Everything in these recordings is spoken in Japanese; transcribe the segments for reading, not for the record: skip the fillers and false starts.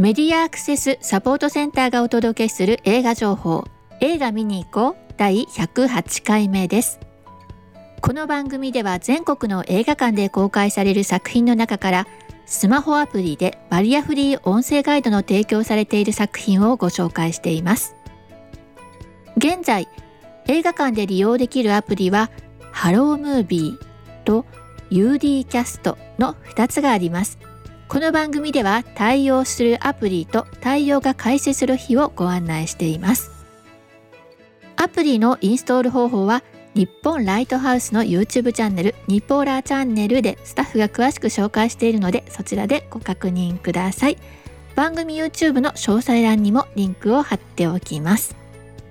メディアアクセスサポートセンターがお届けする映画情報、映画見に行こう第108回目です。この番組では全国の映画館で公開される作品の中からスマホアプリでバリアフリー音声ガイドの提供されている作品をご紹介しています。現在映画館で利用できるアプリはハロームービーと UD キャストの2つがあります。この番組では対応するアプリと対応が開始する日をご案内しています。アプリのインストール方法は日本ライトハウスの YouTube チャンネルニポーラーチャンネルでスタッフが詳しく紹介しているので、そちらでご確認ください。番組 YouTube の詳細欄にもリンクを貼っておきます。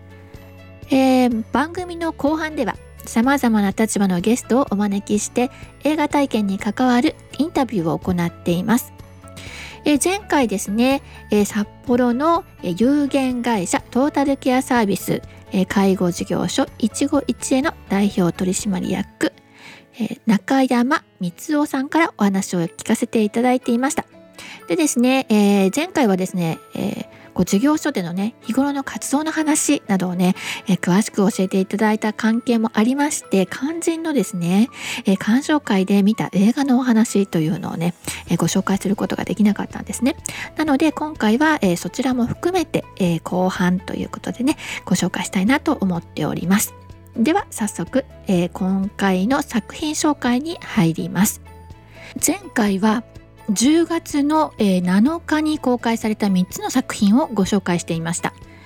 番組の後半ではさまざまな立場のゲストをお招きして映画体験に関わるインタビューを行っています。前回ですね、札幌の有限会社トータルケアサービス介護事業所一期一会の代表取締役中山光夫さんからお話を聞かせていただいていました。でですね、前回はですね、事業所でのね日頃の活動の話などをね、詳しく教えていただいた関係もありまして、肝心のですね、鑑賞会で見た映画のお話というのをね、ご紹介することができなかったんですね。なので今回は、そちらも含めて、後半ということでねご紹介したいなと思っております。では早速、今回の作品紹介に入ります。前回は10月の7日に公開された3つの作品をご紹介していました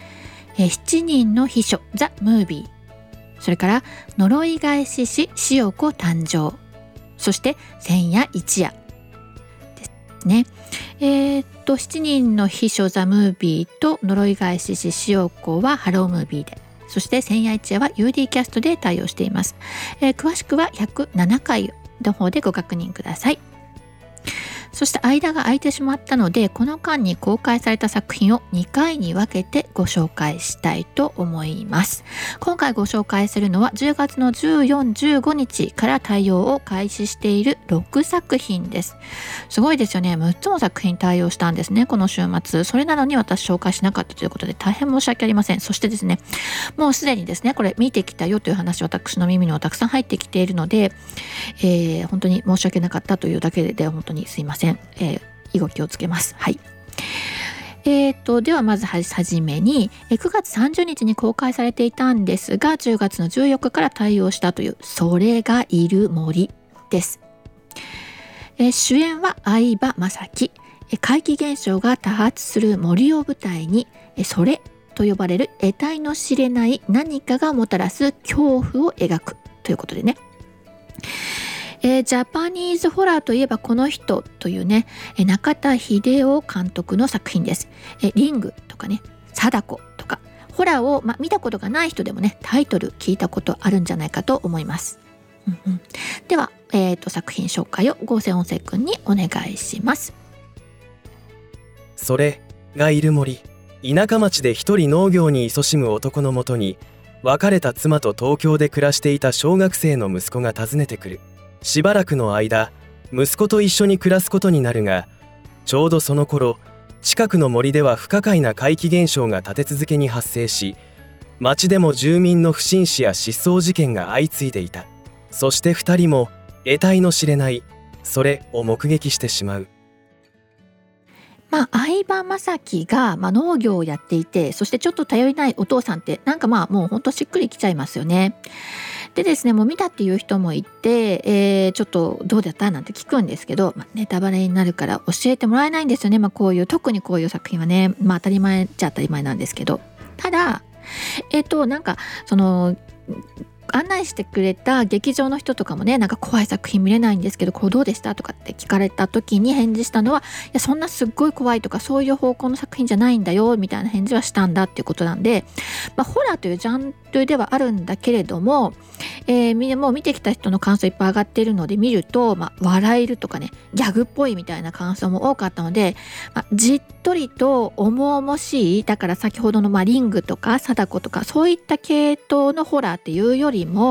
。7人の秘書ザ・ムービー、それから呪い返し師塩子誕生、そして千夜一夜ですね。7人の秘書ザ・ムービーと呪い返し師塩子はハロームービーで、そして千夜一夜は UD キャストで対応しています。詳しくは107回の方でご確認ください。そして間が空いてしまったので、この間に公開された作品を2回に分けてご紹介したいと思います。今回ご紹介するのは10月の14、15日から対応を開始している6作品です。すごいですよね。6つも作品対応したんですね、この週末。それなのに私紹介しなかったということで大変申し訳ありません。そしてですね、もうすでにですねこれ見てきたよという話、私の耳にもたくさん入ってきているので、本当に申し訳なかったというだけで本当にすいません。以後気をつけます。はい。ではまずはじめに9月30日に公開されていたんですが、10月の14日から対応したというそれがいる森です。主演は相葉雅紀。怪奇現象が多発する森を舞台にそれと呼ばれる得体の知れない何かがもたらす恐怖を描くということでね、ジャパニーズホラーといえばこの人というね、中田秀夫監督の作品です。リングとかね、貞子とかホラーを、見たことがない人でもねタイトル聞いたことあるんじゃないかと思います。では、作品紹介を合成音声くんにお願いします。 それがいる森。田舎町で一人農業に勤しむ男のもとに別れた妻と東京で暮らしていた小学生の息子が訪ねてくる。しばらくの間息子と一緒に暮らすことになるが、ちょうどその頃近くの森では不可解な怪奇現象が立て続けに発生し、町でも住民の不審死や失踪事件が相次いでいた。そして2人も得体の知れないそれを目撃してしまう。 相葉雅紀が、農業をやっていて、そしてちょっと頼りないお父さんってなんかもうほんとしっくりきちゃいますよね。でですね、もう見たっていう人もいて、ちょっとどうだったなんて聞くんですけど、ネタバレになるから教えてもらえないんですよね。特にこういう作品はね、当たり前っちゃ当たり前なんですけど、ただなんかその案内してくれた劇場の人とかもね、なんか怖い作品見れないんですけどこれどうでしたとかって聞かれた時に返事したのは、いやそんなすっごい怖いとかそういう方向の作品じゃないんだよみたいな返事はしたんだっていうことなんで、ホラーというジャンルではあるんだけれども、もう見てきた人の感想いっぱい上がっているので見ると、笑えるとかね、ギャグっぽいみたいな感想も多かったので、じっとりと重々しい、だから先ほどのリングとか貞子とかそういった系統のホラーっていうよりも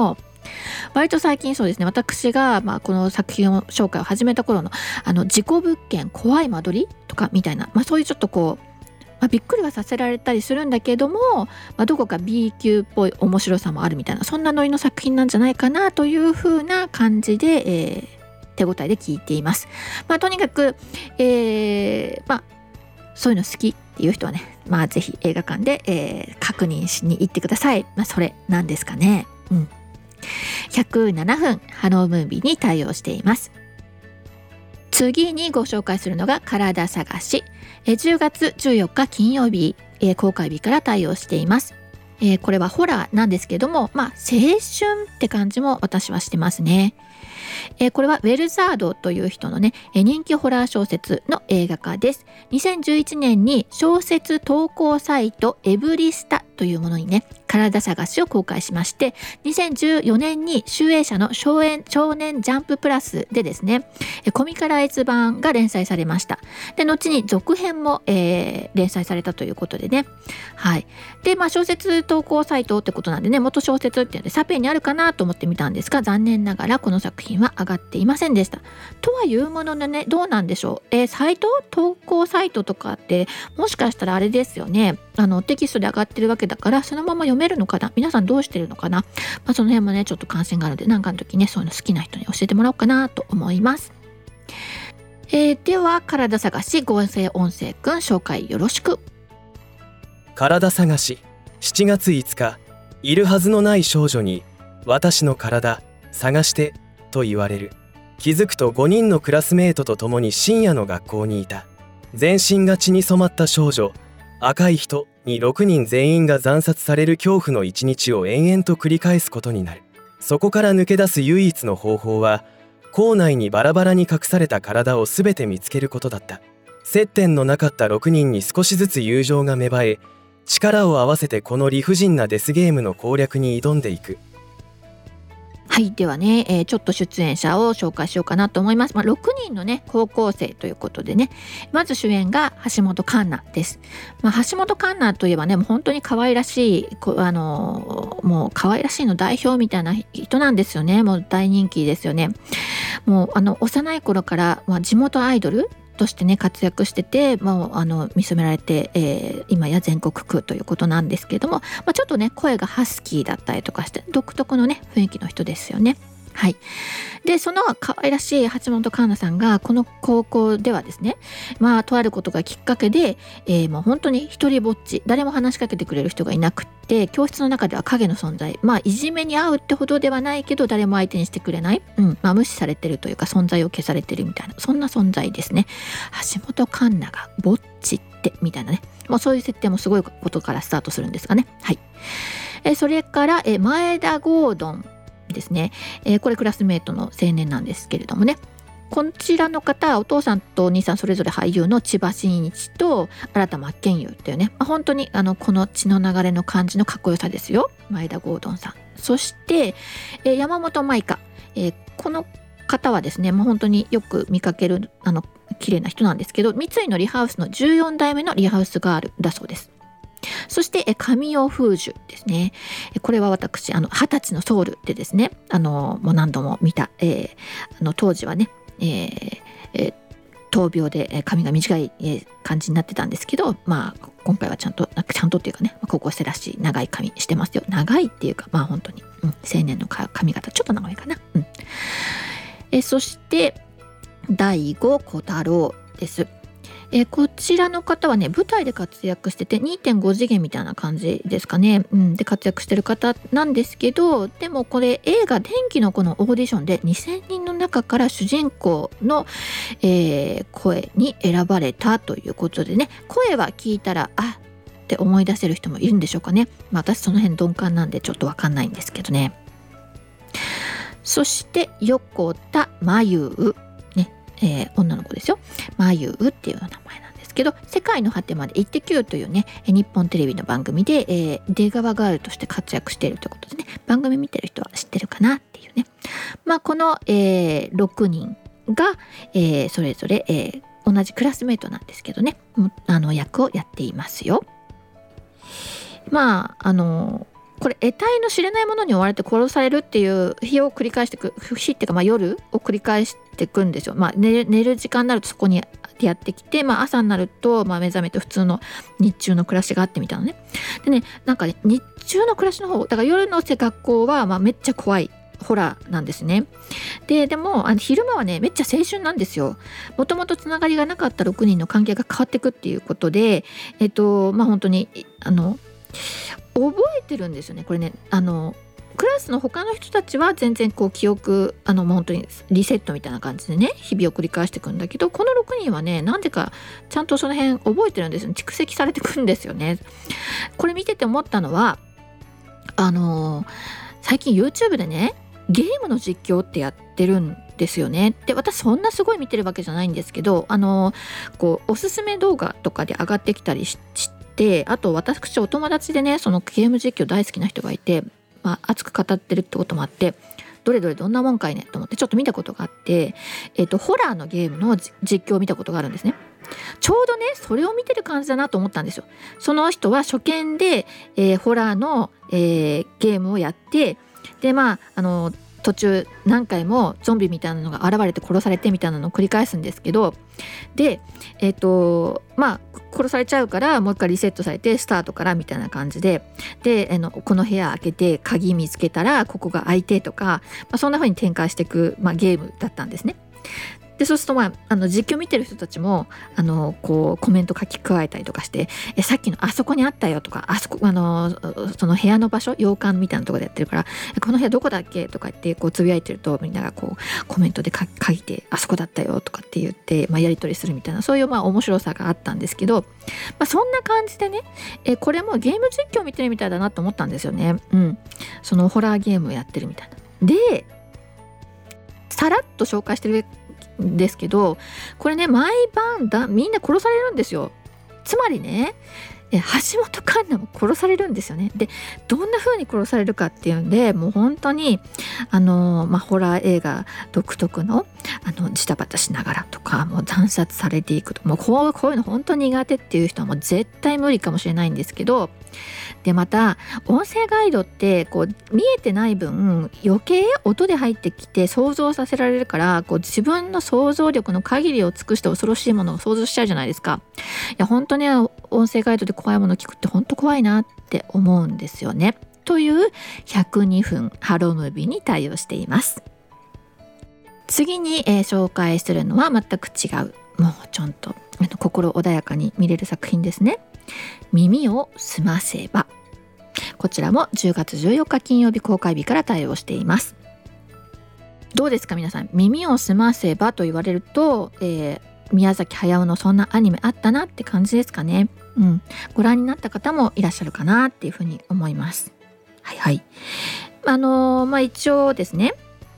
割と最近そうですね、私がこの作品を紹介を始めた頃の事故物件怖い間取りとかみたいな、そういうちょっとこう、びっくりはさせられたりするんだけども、どこか B 級っぽい面白さもあるみたいな、そんなノリの作品なんじゃないかなという風な感じで、手応えで聞いています。とにかく、そういうの好きっていう人はね、ぜひ映画館で、確認しに行ってください。それなんですかね。107分ハロームービーに対応しています。次にご紹介するのが体探し、10月14日金曜日、公開日から対応しています。これはホラーなんですけども、青春って感じも私はしてますね。これはウェルザードという人のね、人気ホラー小説の映画化です。2011年に小説投稿サイトエブリスタというものにね、体探しを公開しまして、2014年に集英社の少年ジャンププラスでですね、コミカライズ版が連載されました。で、後に続編も、連載されたということでね。はい。で、小説投稿サイトってことなんでね、元小説っていうのでサペにあるかなと思ってみたんですが、残念ながらこの作品は上がっていませんでした。とはいうもののね、どうなんでしょう。投稿サイトとかってもしかしたらあれですよね。テキストで上がってるわけだからそのまま読めるのかな、皆さんどうしてるのかな、その辺もねちょっと関心があるので、なんかの時ねそういうの好きな人に教えてもらおうかなと思います。では体探し合成音声くん紹介よろしく。 体探し7月5日、いるはずのない少女に私の体探してと言われる。気づくと5人のクラスメートと共に深夜の学校にいた。全身が血に染まった少女、赤い人に6人全員が惨殺される恐怖の一日を延々と繰り返すことになる。そこから抜け出す唯一の方法は、校内にバラバラに隠された体を全て見つけることだった。接点のなかった6人に少しずつ友情が芽生え、力を合わせてこの理不尽なデスゲームの攻略に挑んでいく。 はい、ではね、ちょっと出演者を紹介しようかなと思います。6人のね高校生ということでね、まず主演が橋本環奈です。橋本環奈といえばね、もう本当に可愛らしいもう可愛らしいの代表みたいな人なんですよね。もう大人気ですよね。もう幼い頃から、地元アイドルとしてね活躍してて、見初められて、今や全国区ということなんですけれども、ちょっとね声がハスキーだったりとかして独特のね雰囲気の人ですよね。はい。で、その可愛らしい橋本環奈さんがこの高校ではですね、とあることがきっかけで、もう本当に一人ぼっち、誰も話しかけてくれる人がいなくって、教室の中では影の存在、いじめに遭うってほどではないけど誰も相手にしてくれない、無視されてるというか存在を消されてるみたいな、そんな存在ですね。橋本環奈がぼっちってみたいなね、もうそういう設定もすごいことからスタートするんですがね。はい。それから、前田ゴードンですね。これクラスメートの青年なんですけれどもね、こちらの方、お父さんとお兄さんそれぞれ俳優の千葉真一と新田真剣佑っていうね、本当にこの血の流れの感じのかっこよさですよ、前田ゴードンさん。そして、山本舞香、この方はですね、もう本当によく見かける綺麗な人なんですけど、三井のリハウスの14代目のリハウスガールだそうです。そして神尾楓珠ですね。これは私20歳のソウルでですね、もう何度も見た、当時はね、闘病で髪が短い感じになってたんですけど、今回はちゃんとっていうかね、高校生らしい長い髪してますよ。長いっていうか本当に、青年の髪型ちょっと長いかな。そして大吾小太郎です。こちらの方はね舞台で活躍してて 2.5 次元みたいな感じですかね、で活躍してる方なんですけど、でもこれ映画電気のこのオーディションで2000人の中から主人公の、声に選ばれたということでね、声は聞いたらって思い出せる人もいるんでしょうかね。私その辺鈍感なんでちょっと分かんないんですけどね。そして横田真由女の子ですよ。まゆうっていう名前なんですけど、世界の果てまでイッテ Q というね日本テレビの番組で、出川ガールとして活躍しているということでね、番組見てる人は知ってるかなっていうね。この、6人が、それぞれ、同じクラスメートなんですけどね、役をやっていますよ。 これ得体の知れないものに追われて殺されるっていう日を繰り返していく、日っていうか夜を繰り返していくんですよ。寝る時間になるとそこにやってきて、朝になると目覚めて普通の日中の暮らしがあってみたいなね。でね、なんかね、日中の暮らしの方だから夜の学校はめっちゃ怖いホラーなんですね。でも昼間はねめっちゃ青春なんですよ。もともとつながりがなかった6人の関係が変わっていくっていうことで、本当に覚えてるんですよね。これね、クラスの他の人たちは全然記憶もう本当にリセットみたいな感じでね日々を繰り返していくんだけど、この6人はねなんでかちゃんとその辺覚えてるんですよ。蓄積されていくんですよね。これ見てて思ったのは最近 YouTube でねゲームの実況ってやってるんですよね。で、私そんなすごい見てるわけじゃないんですけど、おすすめ動画とかで上がってきたりして、あと私お友達でねそのゲーム実況大好きな人がいて、熱く語ってるってこともあって、どれどんなもんかいねと思ってちょっと見たことがあって、ホラーのゲームの実況を見たことがあるんですね。ちょうどねそれを見てる感じだなと思ったんですよ。その人は初見で、ホラーの、ゲームをやって、で途中何回もゾンビみたいなのが現れて殺されてみたいなのを繰り返すんですけど、で殺されちゃうからもう一回リセットされてスタートからみたいな感じで、この部屋開けて鍵見つけたらここが開いてとか、そんな風に展開していく、ゲームだったんですね。でそうすると実況見てる人たちもコメント書き加えたりとかして、さっきのあそこにあったよとか、あそこその部屋の場所洋館みたいなところでやってるから、この部屋どこだっけとか言ってつぶやいてると、みんながコメントで書いてあそこだったよとかって言って、やり取りするみたいな、そういう面白さがあったんですけど、そんな感じでね、これもゲーム実況見てるみたいだなと思ったんですよね。そのホラーゲームをやってるみたいな。でさらっと紹介してるですけど、これね毎晩みんな殺されるんですよ。つまりね橋本環奈も殺されるんですよね。でどんな風に殺されるかっていうんで、もう本当にホラー映画独特のジタバタしながらとか、もう惨殺されていくと、もうこういうの本当に苦手っていう人はもう絶対無理かもしれないんですけど、でまた音声ガイドって見えてない分余計音で入ってきて想像させられるから、自分の想像力の限りを尽くして恐ろしいものを想像しちゃうじゃないですか。いや本当に音声ガイドで怖いもの聞くって本当怖いなって思うんですよね。という102分ハロームービーに対応しています。次に、紹介するのは全く違う、もうちょっと心穏やかに見れる作品ですね。耳をすませば。こちらも10月14日金曜日公開日から対応しています。どうですか皆さん、耳をすませばと言われると、宮崎駿のそんなアニメあったなって感じですかね。ご覧になった方もいらっしゃるかなっていうふうに思います。一応ですね、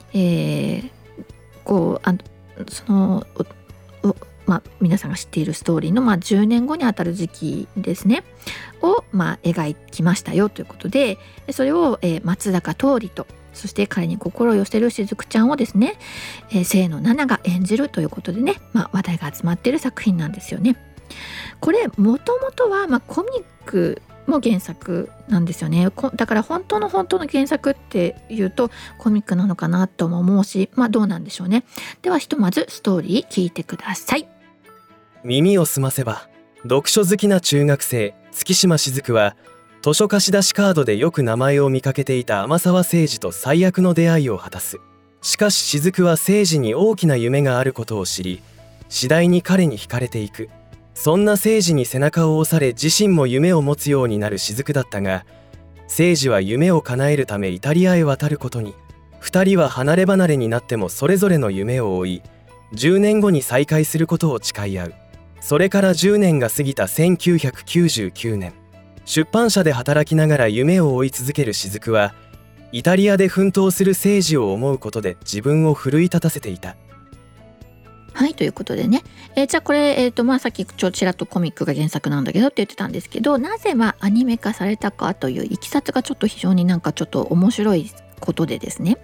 皆さんが知っているストーリーの、10年後にあたる時期ですねを、描きましたよということで、それを、松坂桃李と、そして彼に心を寄せるしずくちゃんをですね、清野菜名が演じるということでね、話題が集まっている作品なんですよね。これもともとは、コミックも原作なんですよね。だから本当の原作っていうとコミックなのかなとも思うし、どうなんでしょうね。ではひとまずストーリー聞いてください。 耳をすませば。読書好きな中学生月島雫は図書貸し出しカードでよく名前を見かけていた天沢誠二と最悪の出会いを果たす。しかし雫は誠二に大きな夢があることを知り、次第に彼に惹かれていく。そんな誠二に背中を押され、自身も夢を持つようになる雫だったが、誠二は夢を叶えるためイタリアへ渡ることに。二人は離れ離れになってもそれぞれの夢を追い、10年後に再会することを誓い合う。それから10年が過ぎた1999年、出版社で働きながら夢を追い続ける雫は、イタリアで奮闘する誠二を思うことで自分を奮い立たせていた。 ということでね、じゃあこれ、さっきちらっとコミックが原作なんだけどって言ってたんですけど、なぜアニメ化されたかといういきさつがちょっと非常にちょっと面白いことでですね、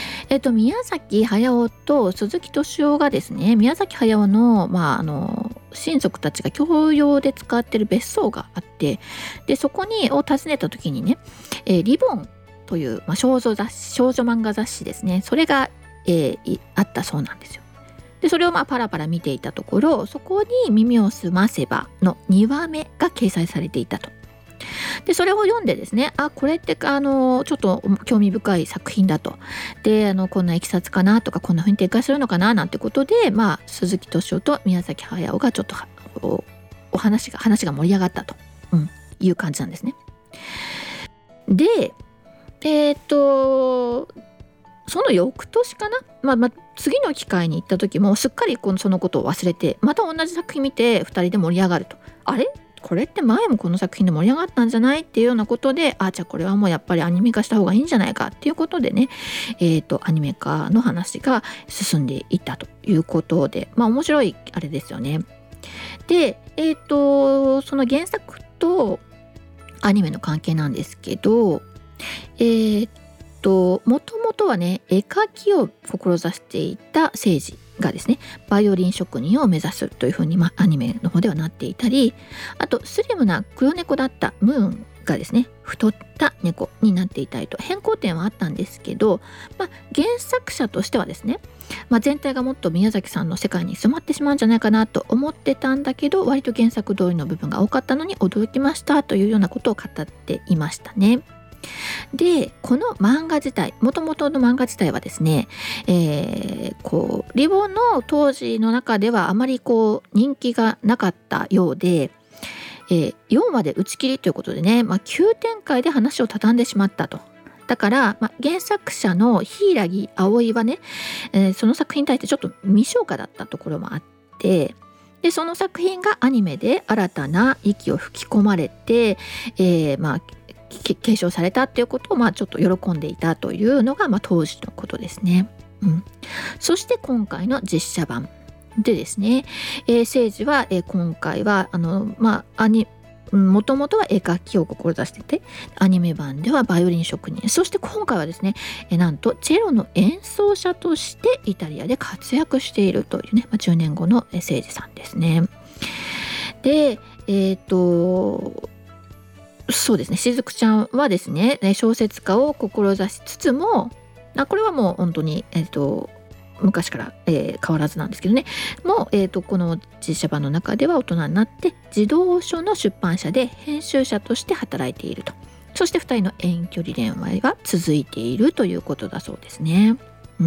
宮崎駿と鈴木敏夫がですね、宮崎駿の、 親族たちが共用で使っている別荘があって、でそこを訪ねた時にね、リボンという、少女漫画雑誌ですね、それが、あったそうなんですよ。でそれをパラパラ見ていたところ、そこに耳をすませばの2話目が掲載されていたと。でそれを読んでですね、これってちょっと興味深い作品だと。でこんないきさつかなとか、こんな風に展開するのかななんてことで、鈴木敏夫と宮崎駿がちょっと話が盛り上がったと、いう感じなんですね。でその翌年かな、次の機会に行った時もすっかりそのことを忘れて、また同じ作品見て2人で盛り上がると。あれこれって前もこの作品で盛り上がったんじゃないっていうようなことで、じゃあこれはもうやっぱりアニメ化した方がいいんじゃないかっていうことでね、アニメ化の話が進んでいったということで、面白いあれですよね。でその原作とアニメの関係なんですけど、もともとはね、絵描きを志していた聖司がですね、バイオリン職人を目指すというふうに、アニメの方ではなっていたり、あとスリムな黒猫だったムーンがですね、太った猫になっていたりと変更点はあったんですけど、原作者としてはですね、全体がもっと宮崎さんの世界に染まってしまうんじゃないかなと思ってたんだけど、割と原作通りの部分が多かったのに驚きましたというようなことを語っていましたね。でこの漫画自体、もともとの漫画自体はですね、リボの当時の中ではあまり人気がなかったようで、4話で打ち切りということでね、急展開で話を畳んでしまったと。だから、原作者の柊葵はね、その作品に対してちょっと未消化だったところもあって、でその作品がアニメで新たな息を吹き込まれて、継承されたっていうことをちょっと喜んでいたというのが当時のことですね。そして今回の実写版でですね、聖司は、今回はもともとは絵描きを志してて、アニメ版ではバイオリン職人、そして今回はですね、なんとチェロの演奏者としてイタリアで活躍しているというね、10年後の聖司さんですね。でそうですね、しずくちゃんはですね、小説家を志しつつも、これはもう本当に、昔から、変わらずなんですけどね、もう、この実写版の中では大人になって児童書の出版社で編集者として働いていると。そして2人の遠距離恋愛は続いているということだそうですね。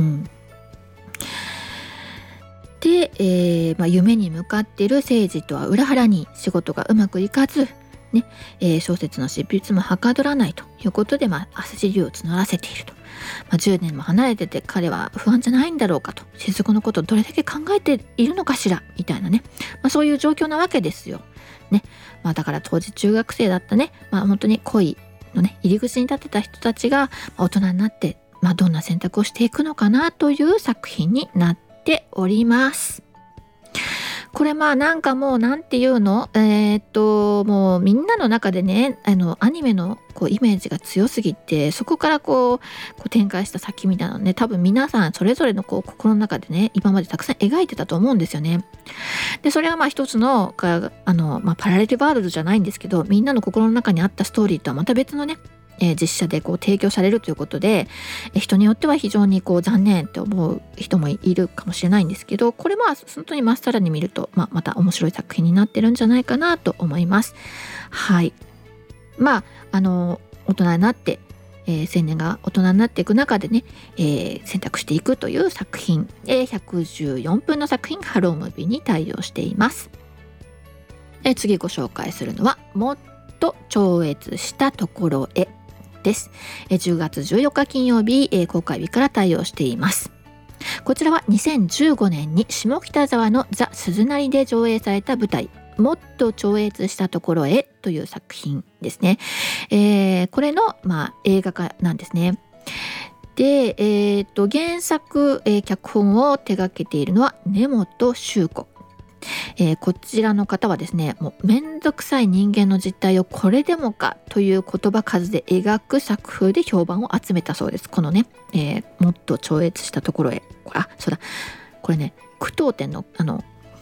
で、夢に向かっている聖司とは裏腹に仕事がうまくいかず、小説の執筆もはかどらないということで、焦りを募らせていると。10年も離れてて彼は不安じゃないんだろうかと、雫のことをどれだけ考えているのかしらみたいなね、そういう状況なわけですよ。だから当時中学生だったね、本当に恋のね入り口に立ってた人たちが大人になって、どんな選択をしていくのかなという作品になっております。これなんかもうなんていうの、もうみんなの中でね、アニメのイメージが強すぎて、そこから展開した先みたいなのね、多分皆さんそれぞれの心の中でね、今までたくさん描いてたと思うんですよね。でそれは一つのパラレルワールドじゃないんですけど、みんなの心の中にあったストーリーとはまた別のね、実写で提供されるということで、人によっては非常に残念って思う人もいるかもしれないんですけど、これ本当にまっさらに見ると、また面白い作品になってるんじゃないかなと思います。はい。大人になって、青年が大人になっていく中でね、選択していくという作品、114分の作品、ハロームービーに対応しています。次ご紹介するのはもっと超越したところへです。10月14日金曜日、公開日から対応しています。こちらは2015年に下北沢のザ・鈴なりで上映された舞台、もっと超越したところへという作品ですね。これの、映画化なんですね。で、原作、脚本を手掛けているのは根本宗子。こちらの方はですね、もうめんどくさい人間の実態をこれでもかという言葉数で描く作風で評判を集めたそうです。このね、もっと超越したところへ、そうだ、これね、句読点の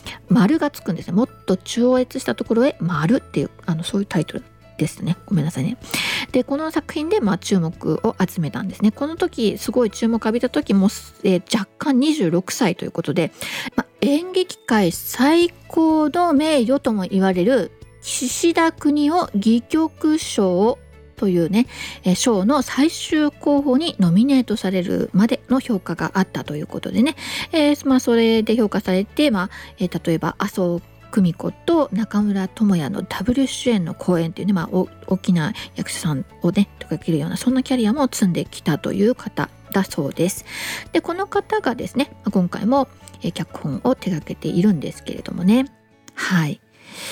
丸がつくんですね。もっと超越したところへ丸っていうそういうタイトルですね。ごめんなさいね。でこの作品で注目を集めたんですね。この時すごい注目を浴びた時も、若干26歳ということで、演劇界最高の名誉とも言われる岸田國男戯曲賞というね賞の最終候補にノミネートされるまでの評価があったということでね、それで評価されて、例えば麻生久美子と中村倫也のダブル主演の公演っていうね、大きな役者さんをねとかけるようなそんなキャリアも積んできたという方だそうです。でこの方がですね今回も脚本を手掛けているんですけれどもね、はい、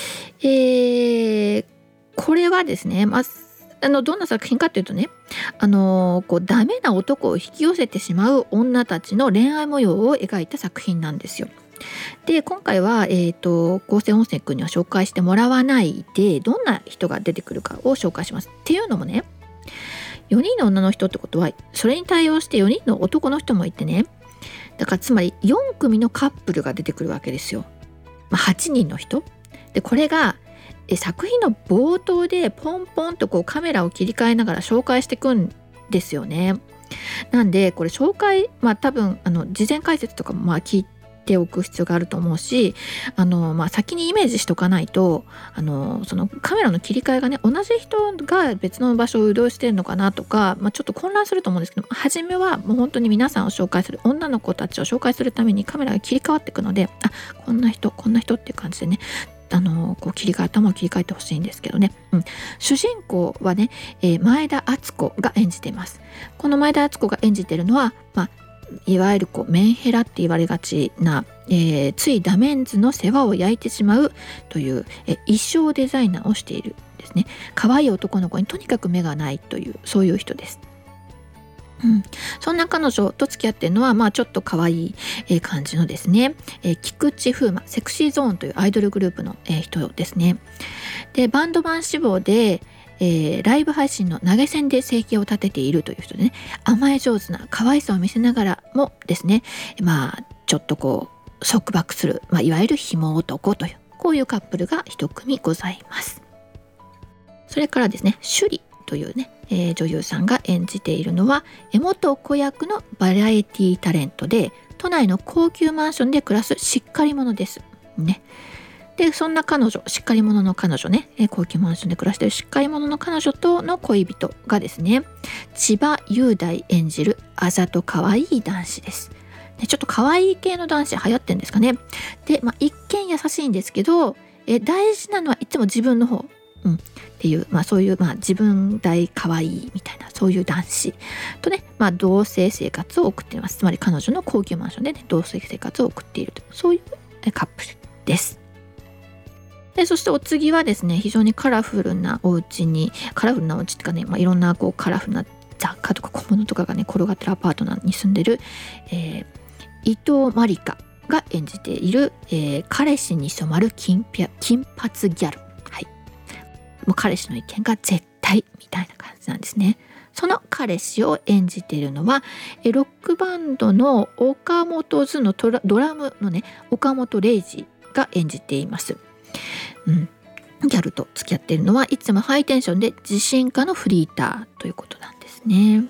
これはですね、どんな作品かというとね、ダメな男を引き寄せてしまう女たちの恋愛模様を描いた作品なんですよ。で今回は、合成音声くんには紹介してもらわないでどんな人が出てくるかを紹介します。っていうのもね、4人の女の人ってことはそれに対応して4人の男の人もいてね、だからつまり4組のカップルが出てくるわけですよ。8人の人で、これが作品の冒頭でポンポンとカメラを切り替えながら紹介していくんですよね。なんでこれ紹介、多分事前解説とかも聞いておく必要があると思うし、先にイメージしとかないとそのカメラの切り替えがね同じ人が別の場所を移動してるのかなとか、ちょっと混乱すると思うんですけど、初めはもう本当に皆さんを紹介する女の子たちを紹介するためにカメラが切り替わっていくので、こんな人っていう感じでね頭を切り替えてほしいんですけどね、主人公はね、前田敦子が演じています。この前田敦子が演じているのは、いわゆるメンヘラって言われがちな、ついダメンズの世話を焼いてしまうという、衣装デザイナーをしているですね。可愛い男の子にとにかく目がないというそういう人です。そんな彼女と付き合っているのは、ちょっと可愛い感じのですね、菊池風磨セクシーゾーンというアイドルグループの、人ですね。でバンドマン志望で、ライブ配信の投げ銭で生計を立てているという人でね、甘え上手な可愛さを見せながらもですね、ちょっと束縛する、いわゆる紐男というこういうカップルが一組ございます。それからですね、趣里というね、女優さんが演じているのは元子役のバラエティタレントで都内の高級マンションで暮らすしっかり者ですね。でそんな彼女、しっかり者の彼女ね、高級マンションで暮らしているしっかり者の彼女との恋人がですね、千葉雄大演じるあざと可愛い男子です。でちょっと可愛い系の男子流行ってるんですかね。で、一見優しいんですけど、大事なのはいつも自分の方、っていう、そういう、自分大可愛いみたいなそういう男子とね、同棲生活を送っています。つまり彼女の高級マンションで、同棲生活を送っているというそういうカップルです。でそしてお次はですね、非常にカラフルなお家っていうかね、いろんなカラフルな雑貨とか小物とかがね転がってるアパートに住んでる、伊藤まりかが演じている、彼氏に染まる金髪ギャル、もう彼氏の意見が絶対みたいな感じなんですね。その彼氏を演じているのはロックバンドの岡本図のドラムのね岡本零士が演じています。ギャルと付き合っているのはいつもハイテンションで自信家のフリーターということなんですね。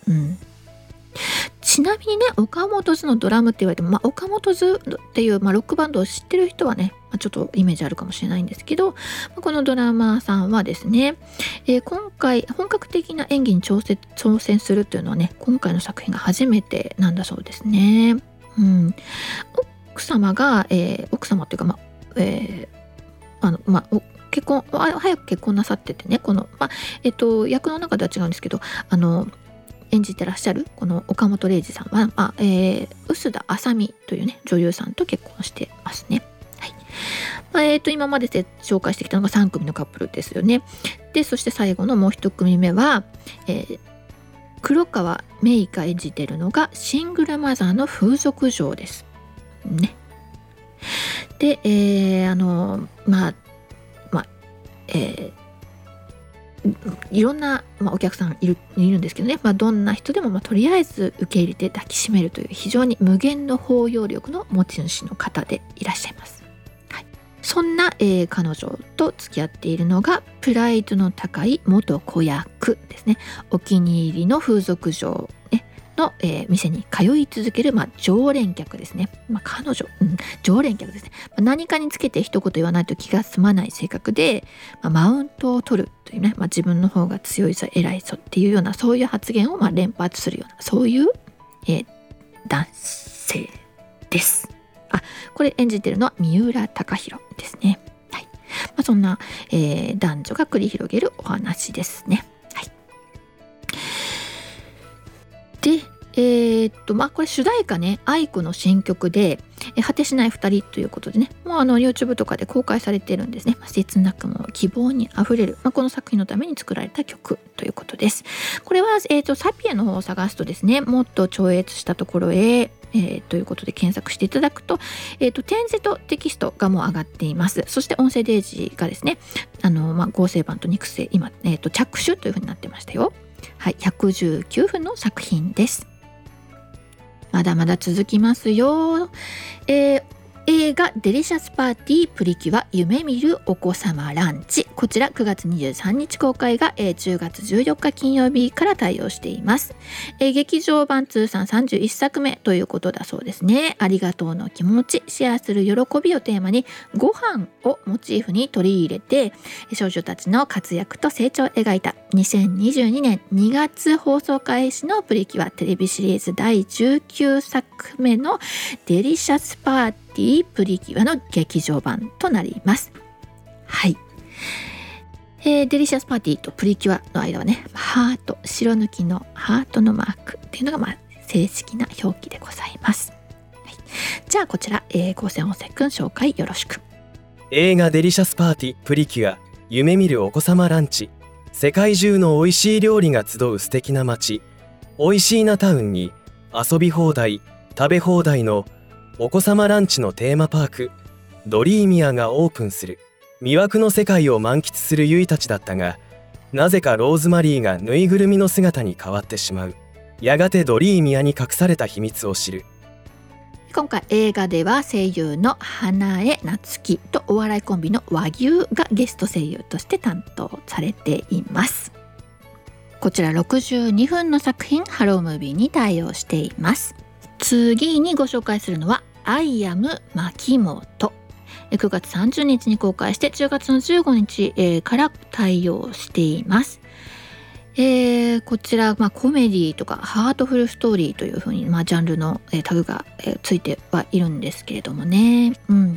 ちなみにね、岡本図のドラムって言われても、岡本図っていう、ロックバンドを知ってる人はね、ちょっとイメージあるかもしれないんですけど、このドラマーさんはですね、今回本格的な演技に挑戦するっていうのはね、今回の作品が初めてなんだそうですね。奥様っていうか、結婚早く結婚なさっててね、この、役の中では違うんですけど、演じてらっしゃるこの岡本零士さんは、臼田あさみというね女優さんと結婚してますね。今までで紹介してきたのが3組のカップルですよね。でそして最後のもう1組目は、黒川メイが演じているのがシングルマザーの風俗嬢ですね。で、いろんな、お客さんいるんですけどね、どんな人でも、とりあえず受け入れて抱きしめるという非常に無限の包容力の持ち主の方でいらっしゃいます。 そんな、彼女と付き合っているのがプライドの高い元子役ですね。お気に入りの風俗嬢、の、店に通い続ける、常連客ですね。彼女、常連客ですね。何かにつけて一言言わないと気が済まない性格で、マウントを取るというね、自分の方が強いぞ偉いぞっていうようなそういう発言を連発するようなそういう、男性です。これ演じてるのは三浦貴大ですね。はい。そんな、男女が繰り広げるお話ですね。はい。で、これ主題歌ね、愛子の新曲で、果てしない二人ということでね、もうYouTube とかで公開されてるんですね。切なくも希望にあふれる、この作品のために作られた曲ということです。これは、サピエの方を探すとですね、もっと超越したところへ、ということで検索していただくと、展示とテキストがもう上がっています。そして音声デージがですね、合成版と肉声、今、着手というふうになってましたよ。はい、119分の作品です。まだまだ続きますよ。映画デリシャスパーティープリキュア夢見るお子様ランチ、こちら9月23日公開が、10月14日金曜日から対応しています。劇場版通算31作目ということだそうですね。ありがとうの気持ち、シェアする喜びをテーマにご飯をモチーフに取り入れて少女たちの活躍と成長を描いた2022年2月放送開始のプリキュアテレビシリーズ第19作目のデリシャスパーティープリキュアの劇場版となります。はい。デリシャスパーティーとプリキュアの間はね、ハート、白抜きのハートのマークっていうのが正式な表記でございます。はい、じゃあこちら、高専音声くん紹介よろしく。 映画デリシャスパーティープリキュア夢見るお子様ランチ、世界中の美味しい料理が集う素敵な街美味しいなタウンに遊び放題食べ放題のお子様ランチのテーマパークドリーミアがオープンする。魅惑の世界を満喫するユイたちだったが、なぜかローズマリーがぬいぐるみの姿に変わってしまう。やがてドリーミアに隠された秘密を知る。 今回映画では声優の花江夏樹とお笑いコンビの和牛がゲスト声優として担当されています。こちら62分の作品、ハロームービーに対応しています。次にご紹介するのはアイアム牧本。9月30日に公開して10月の15日、から対応しています。こちら、コメディとかハートフルストーリーというふうに、ジャンルの、タグが、ついてはいるんですけれどもね。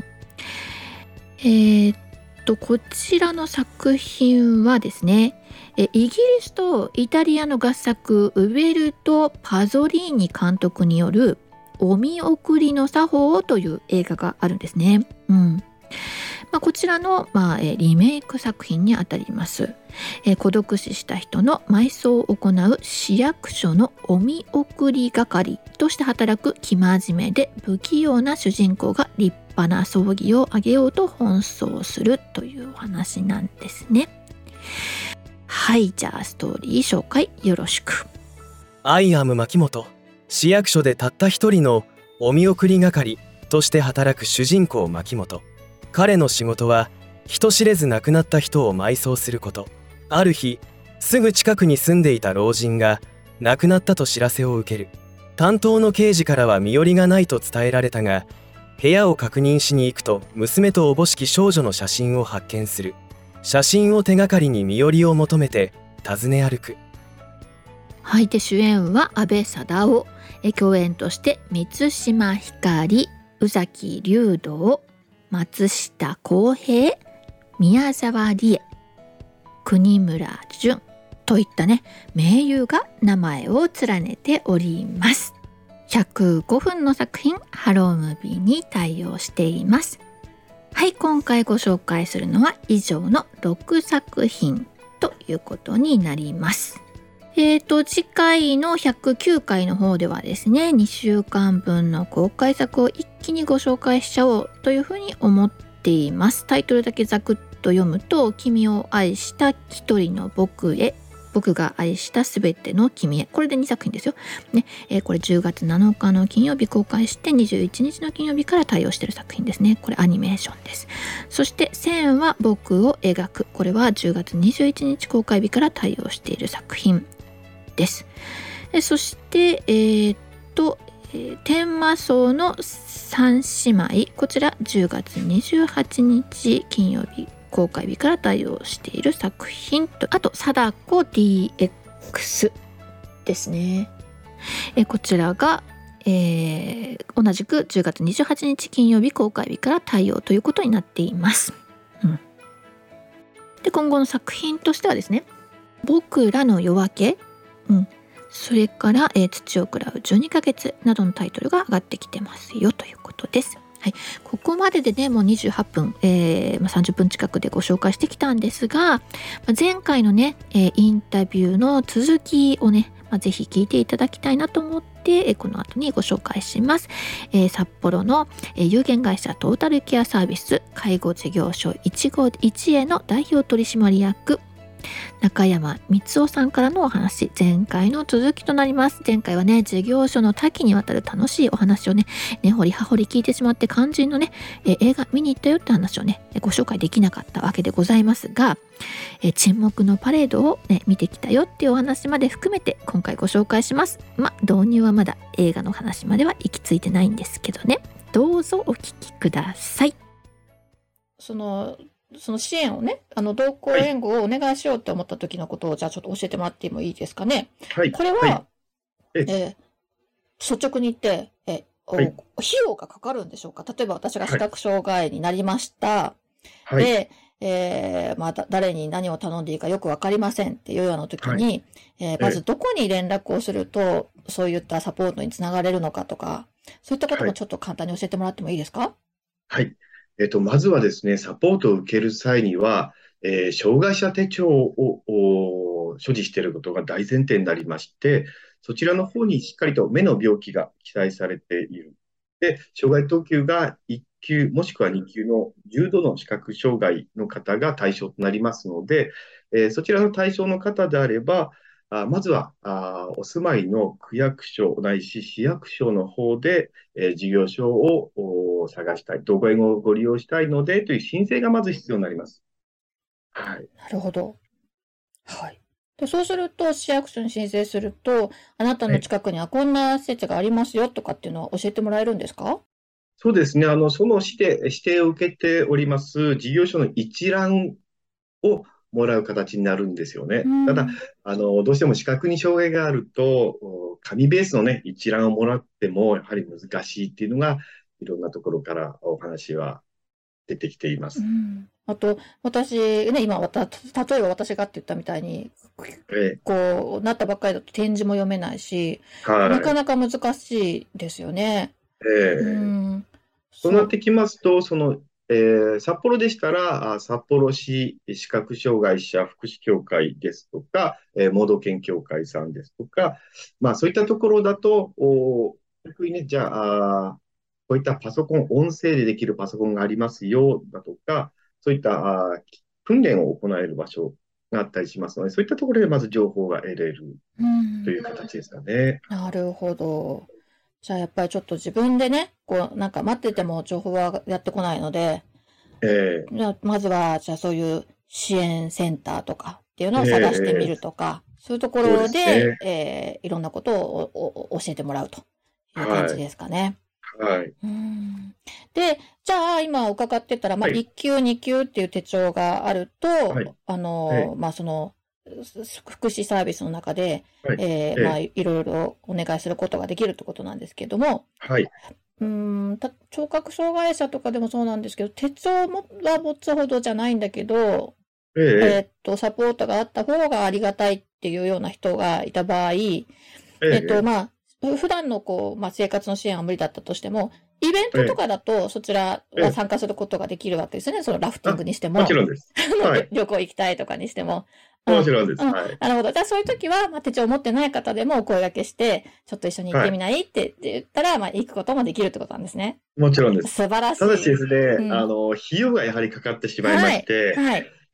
こちらの作品はですね、イギリスとイタリアの合作ウベルト・パゾリーニ監督によるお見送りの作法という映画があるんですね。こちらの、リメイク作品にあたります。孤独死した人の埋葬を行う市役所のお見送り係として働く生真面目で不器用な主人公が立派な葬儀を挙げようと奔走するというお話なんですね。はい、じゃあストーリー紹介よろしく。 アイアム牧本、市役所でたった一人のお見送り係として働く主人公牧本。彼の仕事は人知れず亡くなった人を埋葬すること。ある日、すぐ近くに住んでいた老人が亡くなったと知らせを受ける。担当の刑事からは身寄りがないと伝えられたが、部屋を確認しに行くと娘とおぼしき少女の写真を発見する。写真を手がかりに身寄りを求めて訪ね歩く。 はい、で主演は阿部サダヲ、共演として満島ひかり、宇崎竜童、松下洸平、宮沢りえ、国村淳といったね名優が名前を連ねております。105分の作品、ハロームービーに対応しています。はい、今回ご紹介するのは以上の6作品ということになります。次回の109回の方ではですね、2週間分の公開作を一気にご紹介しちゃおうというふうに思っています。タイトルだけざくっと読むと、君を愛した一人の僕へ僕が愛したすべての君へ、これで2作品ですよ、ねこれ10月7日の金曜日公開して21日の金曜日から対応している作品ですね。これアニメーションです。そして線は僕を描く、これは10月21日公開日から対応している作品です。そして天魔荘の三姉妹、こちら10月28日金曜日公開日から対応している作品と、あと貞子 DX ですね。こちらが、同じく10月28日金曜日公開日から対応ということになっています。で今後の作品としてはですね、僕らの夜明け、それから、土を喰らう12ヶ月などのタイトルが上がってきてますよということです。はい、ここまででねもう28分、30分近くでご紹介してきたんですが、前回のね、インタビューの続きをね、ぜひ聞いていただきたいなと思って、この後にご紹介します。札幌の、有限会社トータルケアサービス介護事業所151への代表取締役中山光夫さんからのお話、前回の続きとなります。前回はね事業所の多岐にわたる楽しいお話をね掘り葉掘り聞いてしまって、肝心のね、映画見に行ったよって話をねご紹介できなかったわけでございますが、沈黙のパレードを、見てきたよっていうお話まで含めて今回ご紹介します。導入はまだ映画の話までは行き着いてないんですけどね、どうぞお聞きください。その支援をね、同行援護をお願いしようって思った時のことを、じゃあちょっと教えてもらってもいいですかね。はい。これは、率直に言って、費用がかかるんでしょうか。例えば私が視覚障害になりました。で、誰に何を頼んでいいかよくわかりませんっていうような時に、まずどこに連絡をすると、そういったサポートにつながれるのかとか、そういったこともちょっと簡単に教えてもらってもいいですか。 はい。まずはですね、サポートを受ける際には、障害者手帳を所持していることが大前提になりまして、そちらの方にしっかりと目の病気が記載されている。で、障害等級が1級もしくは2級の重度の視覚障害の方が対象となりますので、そちらの対象の方であれば、まずはお住まいの区役所ないし市役所の方で、事業所を探したい、同行援護をご利用したいのでという申請がまず必要になります。はい。 なるほど。はい。でそうすると、市役所に申請すると、あなたの近くにはこんな施設がありますよとかっていうのは教えてもらえるんですか？ そうですね。その市で指定を受けております事業所の一覧をもらう形になるんですよね。ただ、どうしても視覚に障害があると、紙ベースのね、一覧をもらっても、やはり難しいっていうのが、いろんなところからお話は出てきています。 あと、私、ね、今、例えば私がって言ったみたいに、こう、なったばっかりだと点字も読めないし、なかなか難しいですよね。 そうなってきますと、札幌でしたら、札幌市視覚障害者福祉協会ですとか、盲導犬協会さんですとか、そういったところだと、逆にね、じゃあ、こういったパソコン、音声でできるパソコンがありますよ、だとか、そういった訓練を行える場所があったりしますので、そういったところでまず情報が得れるという形ですかね。 なるほど。じゃあやっぱりちょっと自分でね、なんか待ってても情報はやってこないので、じゃあまずは、じゃあそういう支援センターとかっていうのを探してみるとか、そういうところで、いろんなことを教えてもらうという感じですかね。 はい。 で、じゃあ今伺ってたら、1級、2級っていう手帳があると、その、福祉サービスの中で、いろいろお願いすることができるってことなんですけども、聴覚障害者とかでもそうなんですけど、手帳は持つほどじゃないんだけど、サポートがあった方がありがたいっていうような人がいた場合、普段の生活の支援は無理だったとしても、イベントとかだとそちらは参加することができるわけですよね。そのラフティングにしても。 もちろんです。 旅行行きたいとかにしても。 もちろんです。 なるほど。じゃあそういう時は、手帳を持ってない方でもお声掛けして、ちょっと一緒に行ってみないって言ったら、行くこともできるってことなんですね。 もちろんです。 素晴らしい。 ただしですね、費用がやはりかかってしまいまして、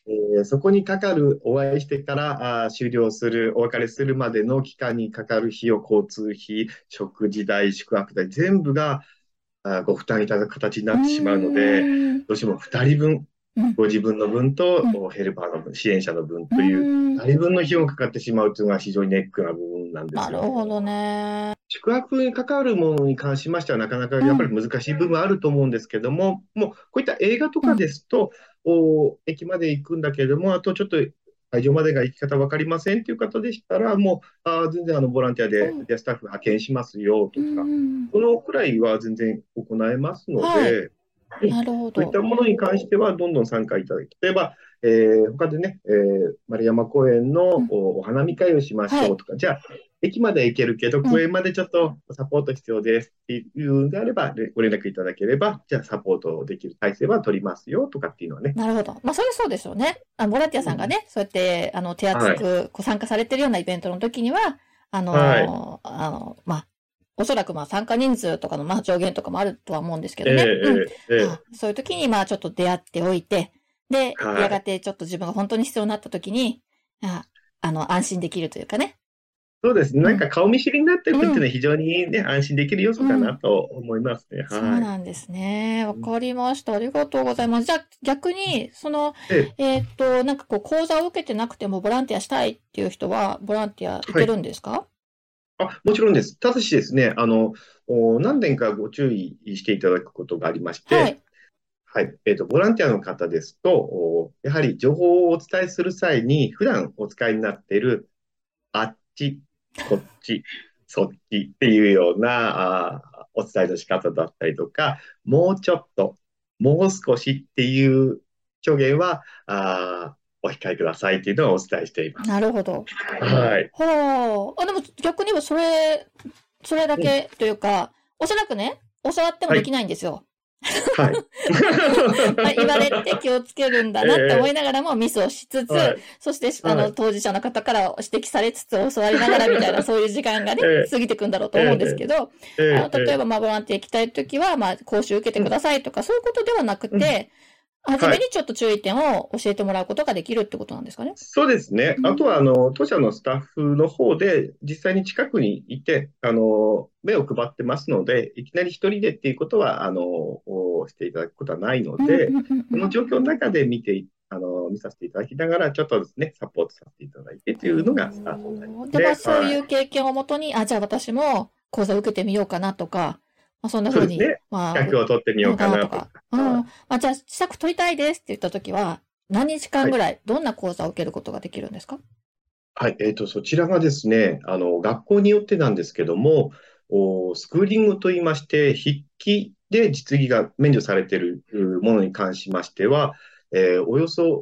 そこにかかる、お会いしてから終了する、お別れするまでの期間にかかる費用、交通費、食事代、宿泊代、全部がご負担いただく形になうーってしまうので、 ん。 どうしても2人分、 うん。 ご自分の分とうん。 ヘルパーの分、支援者の分うーという、 ん。 2人分の費用がかかってしまうというのが非常にネックな部分なんでなすよね。 るほどね。 宿泊に関わるものに関しましては、なかなかうん。 やっぱり難しい部分はあると思うんですけども、もうこういった映画とかうん。 ですと、駅まで行くんだけれども、あとちょっと会場までが行き方分かりませんという方でしたら、もう全然ボランティアで、 うん。 でスタッフ派遣しますようとか、 ん。 そのくらいは全然行えますのはい。 で、 なるほそういったど。 ものに関してはどんどん参加いただき、例えば、他でね、丸山公園のうん。 お花見会をしましはい。 ょうとか、じゃあ、駅まで行けるけど、 うん。 公園までちょっとサポート必要ですっていうんであれば、ご連絡いただければ、じゃあサポートできる体制は取りますよとかっていうのはね。 なるほど。まあ、それはそうですよね。ボランティアうん、 さんがね、そうやって、手厚はい。 く、参加されてるようなイベントの時には、 はい。 まあ、おそらくまあ参加人数とかのまあ上限とかもあるとは思うんですけえどね。うん。 え、ええ、ええ、 そういう時にまあちょっと出会っておいて、で、やがはい。 てちょっと自分が本当に必要になった時に、あ、安心できるというかね。 そうですね。 うん。 なんか顔見知りになっておくっていうのうん。 は非常にね、安心できる要素かなうん。 と思いますね。 そうはい。 なんですね。わうん、 かりました。ありがとうございます。じゃあ、逆に、 ええ、 なんかこう、講座を受けてなくてもボランティアしたいっていう人は、ボランティア行はい。 けるんですか？ もちろんです。ただしですね、何点かご注意していただくことがありまして、 はい。 はい。ボランティアの方ですと、やはり情報をお伝えする際に、普段お使いになっている、あっち、こっち、そっちっていうような、お伝えの仕方だったりとか、もうちょっと、もう少しっていう表現は、お控えくださいっていうのをお伝えしています。 なるほど。 はい。 はあ。でも逆にはそれだうん。 けというか、おそらくね、教わってもはい。 できないんですよ。 はい。 まあ、言われて気をつけるんだなって思いええ、 ながらもミスをしつつ、 はい。 そして、 はい。 当事者の方から指摘されつつ教わりながらみたいな、そういう時間がね、 え過ぎていくんだろうとえ、え思うんですえ、 けど、 ええ、ええ、 例えば、まあ、ボランティア行きたいときは、まあ、講習受けてうん、 くださいとか、そういうことではなくうん。 て、初はい。 めにちょっと注意点を教えてもらうことができるってことなんですかね。 そうですね。 うあとは、 ん。 当社のスタッフの方で、実際に近くにいて、目を配ってますので、いきなり一人でっていうことは、していただくことはないのうんうんで、 うんうん。 その状況の中で見させていただきながら、ちょっとですね、サポートさせていただいてというのがスタートになりまおーで、まあ、 すね。 そういはい。 う経験をもとに、じゃあ私も講座を受けてみようかなとか、まあ、そんな風に、 そうですね。 まあ、 企画を取ってみようなのかかなとか。 なとか。うん。 はい。 まあ、じゃあ、資格取りたいですって言ったときは、何日間はい。 ぐらい、どんな講座を受けることができるんですか？ はい。そちらがですね、学校によってなんですけども、スクーリングといいまして、筆記で実技が免除されているものに関しましては、およそ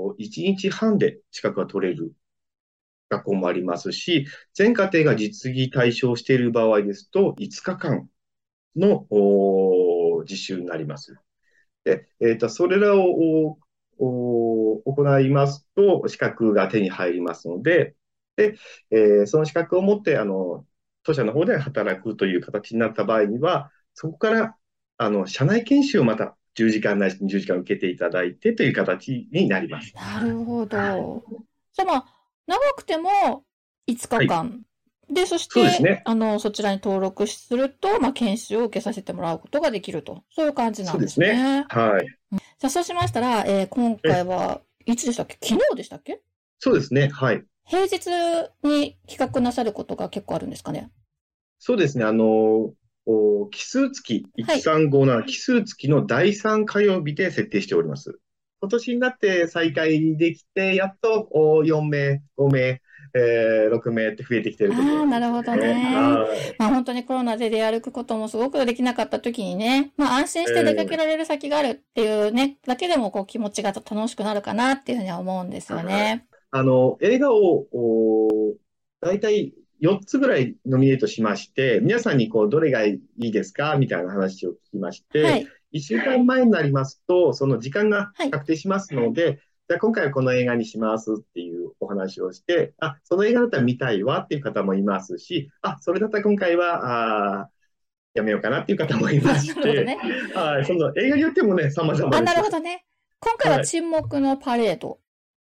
1日半で資格が取れる学校もありますし、全課程が実技対象している場合ですと、5日間の実習になります。で、それらを行いますと、資格が手に入りますので、で、その資格を持って、当社の方で働くという形になった場合には、そこから、社内研修をまた10時間ないし20時間受けていただいてという形になります。 なるほど。じゃあ、まあ、長くても5 はい。 日間。で、そして、 そうですね。 そちらに登録すると、まあ、研修を受けさせてもらうことができると。そういう感じなんでそうですね。 すね。 はい。 じゃあ、そうしましたら、今え、 回は、いつでしたっけ？昨日でしたっけ？ そうですね。はい。 平日に企画なさることが結構あるんですかね？ そうですね。奇数月、 はい。 1357奇数月の第3火曜日で設定しております。今年になって再開できて、やっと4名、5名、6名って増えてきているところああ、 なんですよなるほどね。 ね。 はい。 まあ本当にコロナで出歩くこともすごくできなかった時にね、まあ安心して出かけえられる先があるっていうね、だけでもこう気持ちが楽しくなるかなっていうふうには思うんですよはい。 ね。 映画を、大体4つぐらいノミネートしまして、皆さんにどれがいいですかみたいな話を聞きまして、 はい。 1週間前になりますと、その時間がはい。 確定しますので、じゃあ今回はこの映画にしますっていうお話をして、その映画だったら見たいわっていう方もいますし、それだったら今回は、やめようかなっていう方もいまなるほどして、 ね。 はい、その映画によってもね、様々 なるほです。 どね。今回ははい。 沈黙のパレード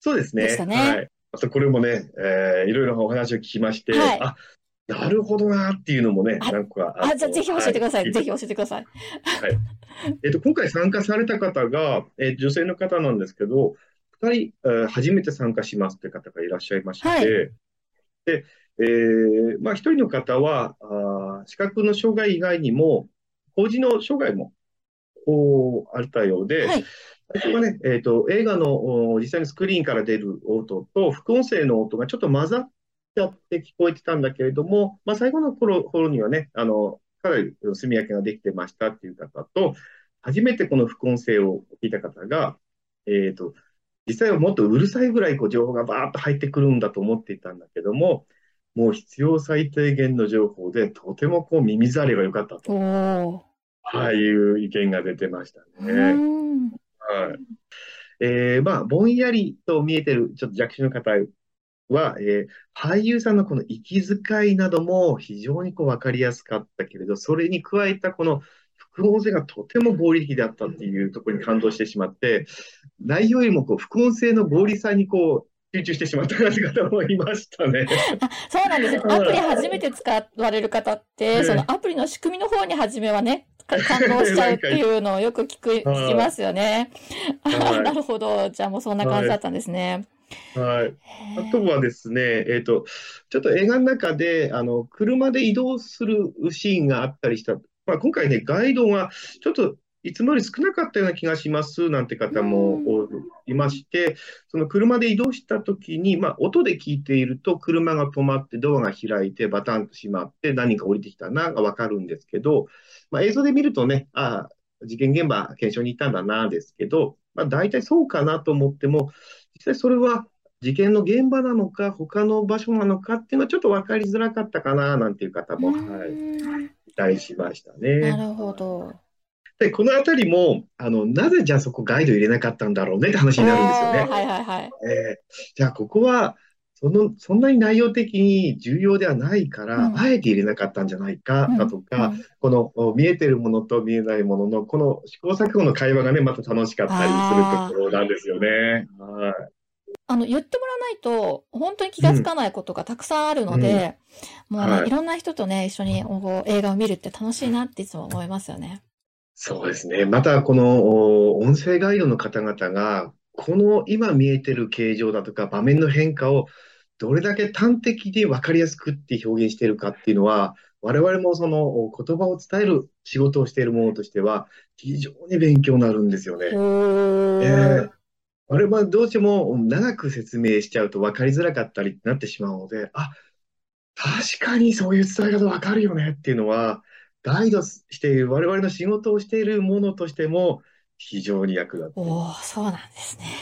そうですね。 でしたね。 はい。またこれもね、いろいろなお話を聞きまして、 はい。 あ、なるほどなっていうのもね、 あ、 なんか、 じゃあぜひ教えてください。ぜひ教えてください。 はい。今回参加された方が、女性の方なんですけど、2人、初めて参加しますって方がいらっしゃいましはい。 て、で、まあ、1人の方は、視覚の障害以外にも、高次の障害もあったようで、 はい。 最初はね、映画の実際にスクリーンから出る音と副音声の音がちょっと混ざっちゃって聞こえてたんだけれども、まあ、最後の頃にはね、かなり住み分けができてましたっていう方と、初めてこの副音声を聞いた方が、えっと、実際はもっとうるさいぐらい情報がバーッと入ってくるんだと思っていたんだけども、もう必要最低限の情報で、とても耳障りが良かったと、 おー。 ああいう意見が出てましたうーね。 ん。 はい。まあ、ぼんやりと見えてる、ちょっと弱視の方は、俳優さんのこの息遣いなども非常に分かりやすかったけれど、それに加えたこの副音声がとても合理的であったっていうところに感動してしまって、内容よりも副音声の合理さに集中してしまった方もいましたね。 そうなんですね。アプリ初めて使われる方って、そのアプリの仕組みの方に初めはね、感動しちゃうっていうのをよく聞きますよね。なるほど。じゃあもうそんな感じだったんですね。 はい。あとはですね、ちょっと映画の中で、車で移動するシーンがあったりした。まあ、今回ね、ガイドがちょっといつもより少なかったような気がしますなんて方もいまして、その車で移動した時に、まあ、音で聞いていると、車が止まってドアが開いて、バタンと閉まって、何か降りてきたながわかるんですけど、まあ、映像で見るとね、事件現場検証に行ったんだなですけど、まあ、大体そうかなと思っても、実際それは事件の現場なのか、他の場所なのかっていうのはちょっと分かりづらかったかななんていう方も、はい、いたりしましたね。 なるほど。 で、このあたりも、なぜじゃあそこガイド入れなかったんだろうねって話になるんですよね。 はいはいはい。 じゃあここは、そんなに内容的に重要ではないから、あえて入れなかったんじゃないかだとか、この見えてるものと見えないものの、この試行錯誤の会話がね、また楽しかったりするところなんですよね。はい。 言ってもらわないと、本当に気がつかないことがたくさんあるので、もうね、いろんな人とね、一緒に映画を見るって楽しいなっていつも思いますよね。 そうですね。また、この音声ガイドの方々が、この今見えてる形状だとか場面の変化をどれだけ端的で分かりやすくって表現しているかっていうのは、我々もその言葉を伝える仕事をしているものとしては、非常に勉強になるんですよね。あれはどうしても長く説明しちゃうと分かりづらかったりってなってしまうので、確かにそういう伝え方分かるよねっていうのは、ガイドしている我々の仕事をしているものとしても非常に役立っています。 そうなんですね。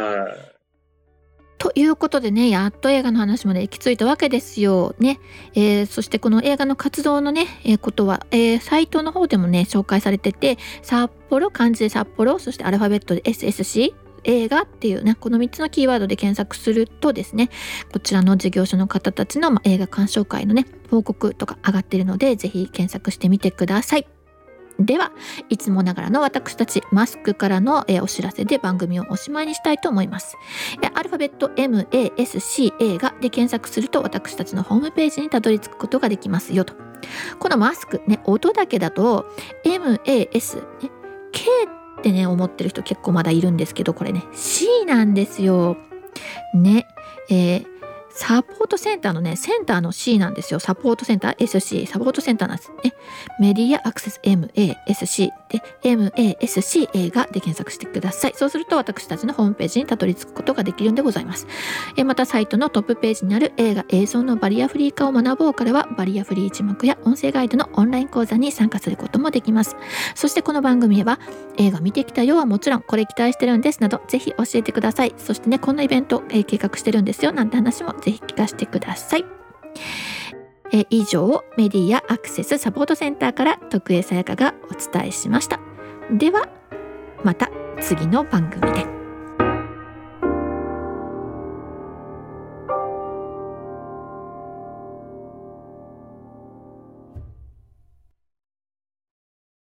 ということでね、やっと映画の話まで行き着いたわけですよね。そしてこの映画の活動のね、ことは、サイトの方でもね紹介されてて、札幌、漢字で札幌、そしてアルファベットで SSC映画っていうね、この3つのキーワードで検索するとですね、こちらの事業所の方たちの、映画鑑賞会のね報告とか上がっているので、ぜひ検索してみてください。では、いつもながらの私たちマスクからの、お知らせで番組をおしまいにしたいと思います。アルファベット MASC 映画で検索すると、私たちのホームページにたどり着くことができますよと。このマスクね、音だけだと MAS、ね、K ってね思ってる人結構まだいるんですけど、これね C なんですよね。サポートセンターのね、センターの C なんですよ。サポートセンター SC、サポートセンターなんですね。メディアアクセス MASC で MASC 映画で検索してください。そうすると私たちのホームページにたどり着くことができるんでございます。またサイトのトップページにある映画映像のバリアフリー化を学ぼうからは、バリアフリー字幕や音声ガイドのオンライン講座に参加することもできます。そしてこの番組へは、映画見てきたよはもちろん、これ期待してるんですなど、ぜひ教えてください。そしてね、こんなイベント、計画してるんですよなんて話もぜひ聞かせてください。以上、メディアアクセスサポートセンターから徳江さやかがお伝えしました。ではまた次の番組で。